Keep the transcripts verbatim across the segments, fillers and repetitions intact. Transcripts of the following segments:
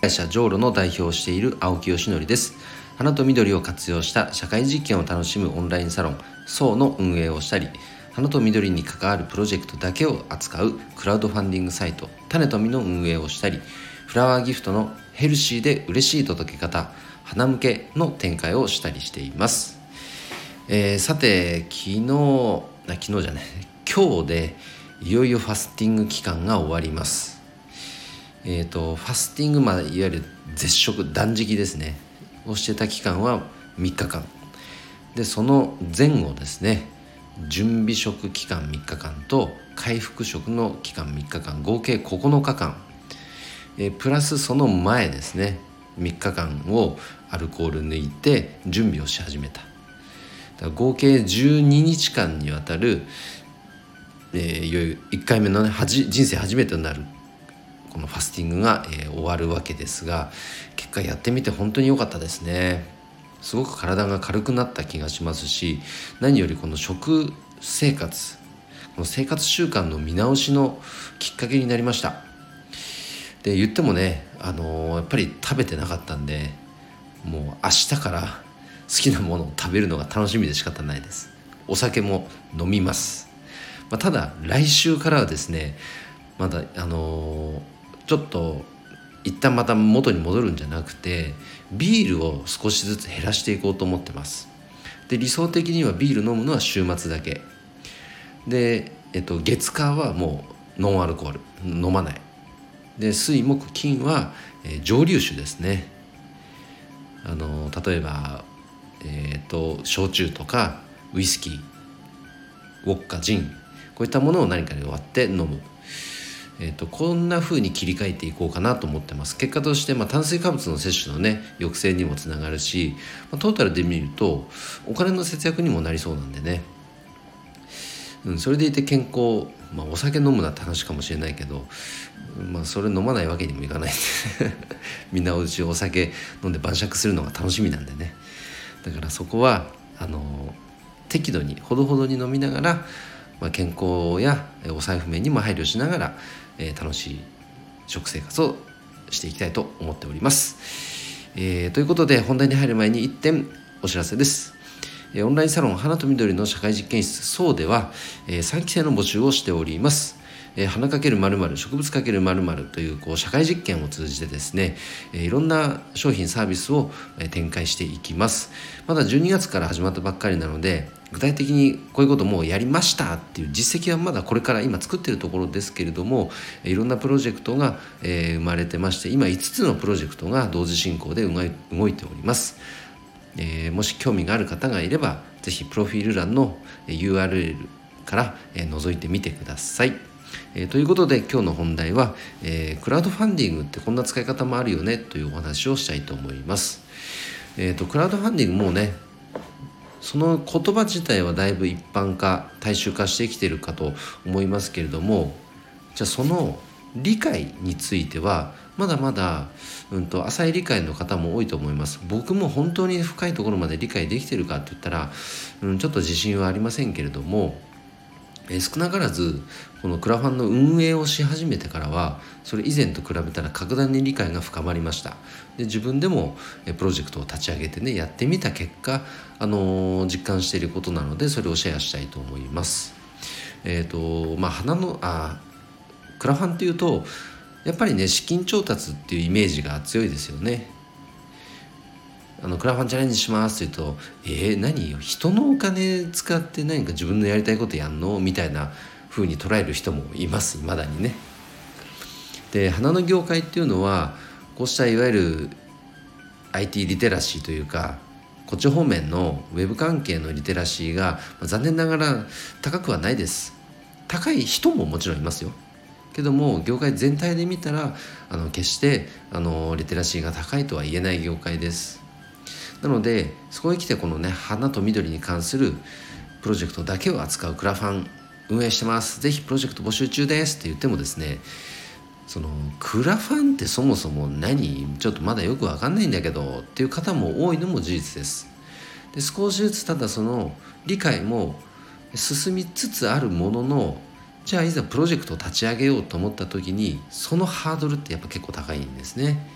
会社ジョーロの代表をしている青木よしのりです。花と緑を活用した社会実験を楽しむオンラインサロンソーの運営をしたり、花と緑に関わるプロジェクトだけを扱うクラウドファンディングサイト種と実の運営をしたり、フラワーギフトのヘルシーで嬉しい届け方花向けの展開をしたりしています。えー、さて昨日昨日じゃない今日でいよいよファスティング期間が終わります。えーとファスティング、まあ、いわゆる絶食断食ですねをしてた期間はみっかかんで、その前後ですね、準備食期間みっかかんと回復食の期間みっかかん、合計ここのかかん、えー、プラスその前ですねみっかかんをアルコール抜いて準備をし始めた。だから合計じゅうににちかんにわたる、えー、いよいよいっかいめのねはじ人生初めてになるこのファスティングが、えー、終わるわけですが、結果やってみて本当に良かったですね。すごく体が軽くなった気がしますし、何よりこの食生活この生活習慣の見直しのきっかけになりました。で言ってもね、あのー、やっぱり食べてなかったんで、もう明日から好きなものを食べるのが楽しみで仕方ないです。お酒も飲みます、まあ、ただ来週からはですね、まだあのー、ちょっと一旦また元に戻るんじゃなくて、ビールを少しずつ減らしていこうと思ってます。で理想的にはビール飲むのは週末だけで、えっと、月火はもうノンアルコール飲まない。で水木金は、えー、蒸留酒ですね。あの例えば、えー、と焼酎とかウイスキー、ウォッカ、ジン、こういったものを何かで割って飲む。えー、とこんな風に切り替えていこうかなと思ってます。結果として、まあ、炭水化物の摂取のね抑制にもつながるし、まあ、トータルで見るとお金の節約にもなりそうなんでね、うん、それでいて健康、まあ、お酒飲むのは楽しいかもしれないけど、まあ、それ飲まないわけにもいかないんでみんなおうちお酒飲んで晩酌するのが楽しみなんでね。だからそこはあの適度にほどほどに飲みながら、まあ、健康やお財布面にも配慮しながら、えー、楽しい食生活をしていきたいと思っております。えー、ということで本題に入る前にいってんお知らせです。えー、オンラインサロン花と緑の社会実験室ソーでは、えー、さんき生の募集をしております。えー、花×〇〇植物×〇〇という、こう社会実験を通じてですね、えー、いろんな商品サービスを、えー、展開していきます。まだじゅうにがつから始まったばっかりなので、具体的にこういうこともうやりましたっていう実績はまだこれから今作っているところですけれども、いろんなプロジェクトが、えー、生まれてまして、今いつつのプロジェクトが同時進行で動い、動いております。えー、もし興味がある方がいればぜひプロフィール欄の ユーアールエル から、えー、覗いてみてください。えー、ということで今日の本題は、えー、クラウドファンディングってこんな使い方もあるよねというお話をしたいと思います。えーと、クラウドファンディングもうね、その言葉自体はだいぶ一般化大衆化してきているかと思いますけれども、じゃあその理解についてはまだまだ、うんと、浅い理解の方も多いと思います。僕も本当に深いところまで理解できているかって言ったら、うん、ちょっと自信はありませんけれども、えー、少なからずこのクラファンの運営をし始めてからはそれ以前と比べたら格段に理解が深まりました。で自分でもえプロジェクトを立ち上げてねやってみた結果、あのー、実感していることなのでそれをシェアしたいと思います。えっ、ー、とまあ花のあクラファンっていうとやっぱりね資金調達っていうイメージが強いですよね。あのクラファンチャレンジしますって言うと、えー、何よ人のお金使って何か自分のやりたいことやんのみたいな風に捉える人もいます。未だにね。で花の業界っていうのはこうしたいわゆる アイティー リテラシーというかこっち方面のウェブ関係のリテラシーが、まあ、残念ながら高くはないです。高い人ももちろんいますよけども、業界全体で見たらあの決してあのリテラシーが高いとは言えない業界です。なのでそこへ来てこのね花と緑に関するプロジェクトだけを扱うクラファン運営してます、ぜひプロジェクト募集中ですって言ってもですね、そのクラファンってそもそも何ちょっとまだよく分かんないんだけどっていう方も多いのも事実です。で少しずつただその理解も進みつつあるものの、じゃあいざプロジェクトを立ち上げようと思った時にそのハードルってやっぱ結構高いんですね。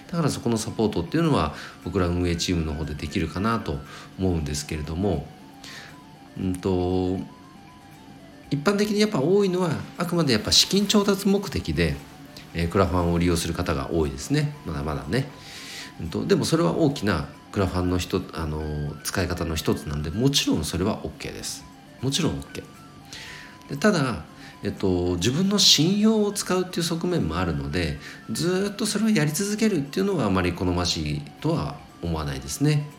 だからそこのサポートっていうのは僕ら運営チームの方でできるかなと思うんですけれども、うんと一般的にやっぱ多いのはあくまでやっぱ資金調達目的で、えー、クラファンを利用する方が多いですね。まだまだね、うんとでもそれは大きなクラファンの一あのー、使い方の一つなんで、もちろんそれは OK です。もちろん OK で、ただ、えっと、自分の信用を使うっていう側面もあるので、ずっとそれをやり続けるっていうのはあまり好ましいとは思わないですね。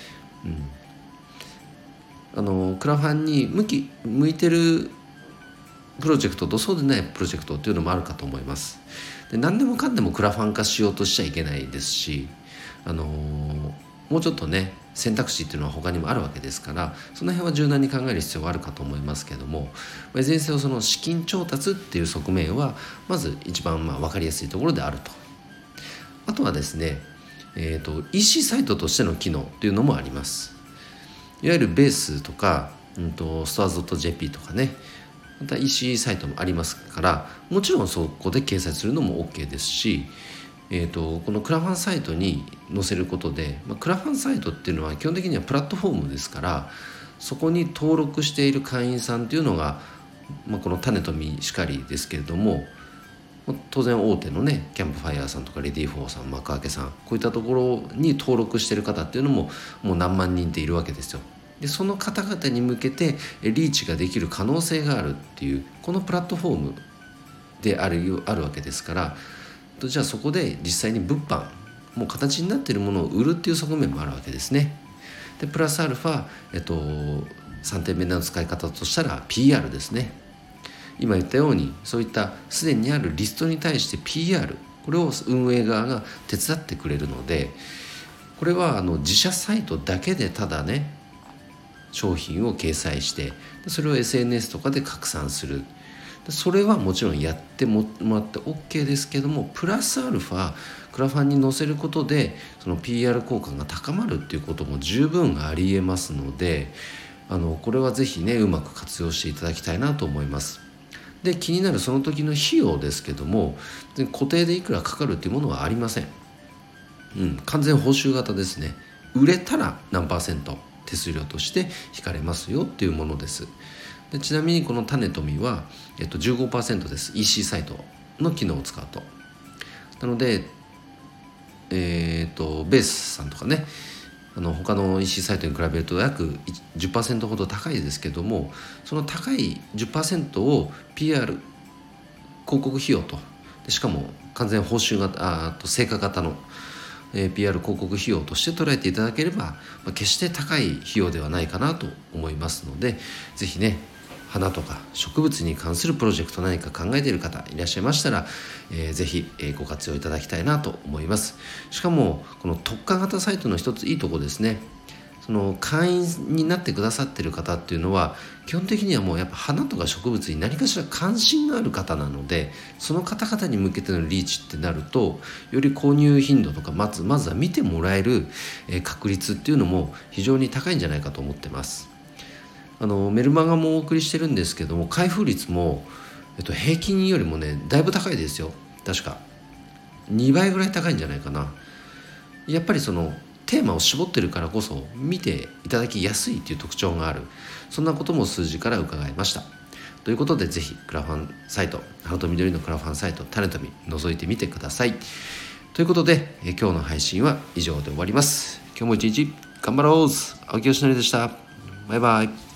うん、あのクラファンに向き向いてるプロジェクトとそうでないプロジェクトっていうのもあるかと思います。で、何でもかんでもクラファン化しようとしちゃいけないですし、あのー、もうちょっとね選択肢っていうのは他にもあるわけですから、その辺は柔軟に考える必要があるかと思いますけども、いずれにせよその資金調達っていう側面はまず一番まあ分かりやすいところであると。あとはですね、えーと、イーシー サイトとしての機能っていうのもあります。いわゆるベースとか、うんと、ストアーズ ドット ジェーピー とかね、また イーシー サイトもありますから、もちろんそこで掲載するのも OK ですし、えーと、このクラファンサイトに載せることで、まあ、クラファンサイトっていうのは基本的にはプラットフォームですから、そこに登録している会員さんっていうのが、まあ、この種と実しかりですけれども、当然大手のねキャンプファイヤーさんとかレディーフォーさん、幕開けさん、こういったところに登録している方っていうのももう何万人っているわけですよ。でその方々に向けてリーチができる可能性があるっていう、このプラットフォームであるあるわけですから、じゃあそこで実際に物販、もう形になっているものを売るっていう側面もあるわけですね。でプラスアルファ、えっと、さんてんめの使い方としたら ピーアール ですね。今言ったようにそういったすでにあるリストに対して ピーアール、 これを運営側が手伝ってくれるので、これはあの自社サイトだけでただね商品を掲載してそれを エスエヌエス とかで拡散する、それはもちろんやってもらって OK ですけども、プラスアルファクラファンに載せることでその ピーアール 効果が高まるっていうことも十分ありえますので、あのこれはぜひねうまく活用していただきたいなと思います。で気になるその時の費用ですけども、固定でいくらかかるっていうものはありません。うん、完全報酬型ですね。売れたら何パーセント手数料として引かれますよっていうものです。でちなみにこの種と実は、えっと、じゅうごパーセントです。 イーシー サイトの機能を使うと。なので、えー、とベースさんとかね、あの他の イーシー サイトに比べると約 じゅっパーセント ほど高いですけども、その高い じゅっパーセント を ピーアール 広告費用と、でしかも完全報酬型、あと成果型の、えー、ピーアール 広告費用として捉えていただければ、まあ、決して高い費用ではないかなと思いますので、ぜひね花とか植物に関するプロジェクト何か考えている方いらっしゃいましたら、えー、ぜひ、えー、ご活用いただきたいなと思います。しかもこの特化型サイトの一ついいところですね。その会員になってくださっている方っていうのは基本的にはもうやっぱ花とか植物に何かしら関心がある方なので、その方々に向けてのリーチってなると、より購入頻度とかまずまずは見てもらえる、えー、確率っていうのも非常に高いんじゃないかと思ってます。あのメルマガもお送りしてるんですけども、開封率も、えっと、平均よりもねだいぶ高いですよ。確かにばいぐらい高いんじゃないかな。やっぱりそのテーマを絞ってるからこそ見ていただきやすいという特徴がある、そんなことも数字から伺いました。ということでぜひクラファンサイト、花と緑のクラファンサイト種と実覗いてみてください。ということでえ今日の配信は以上で終わります。今日も一日頑張ろう。青木よしのりでした。バイバイ。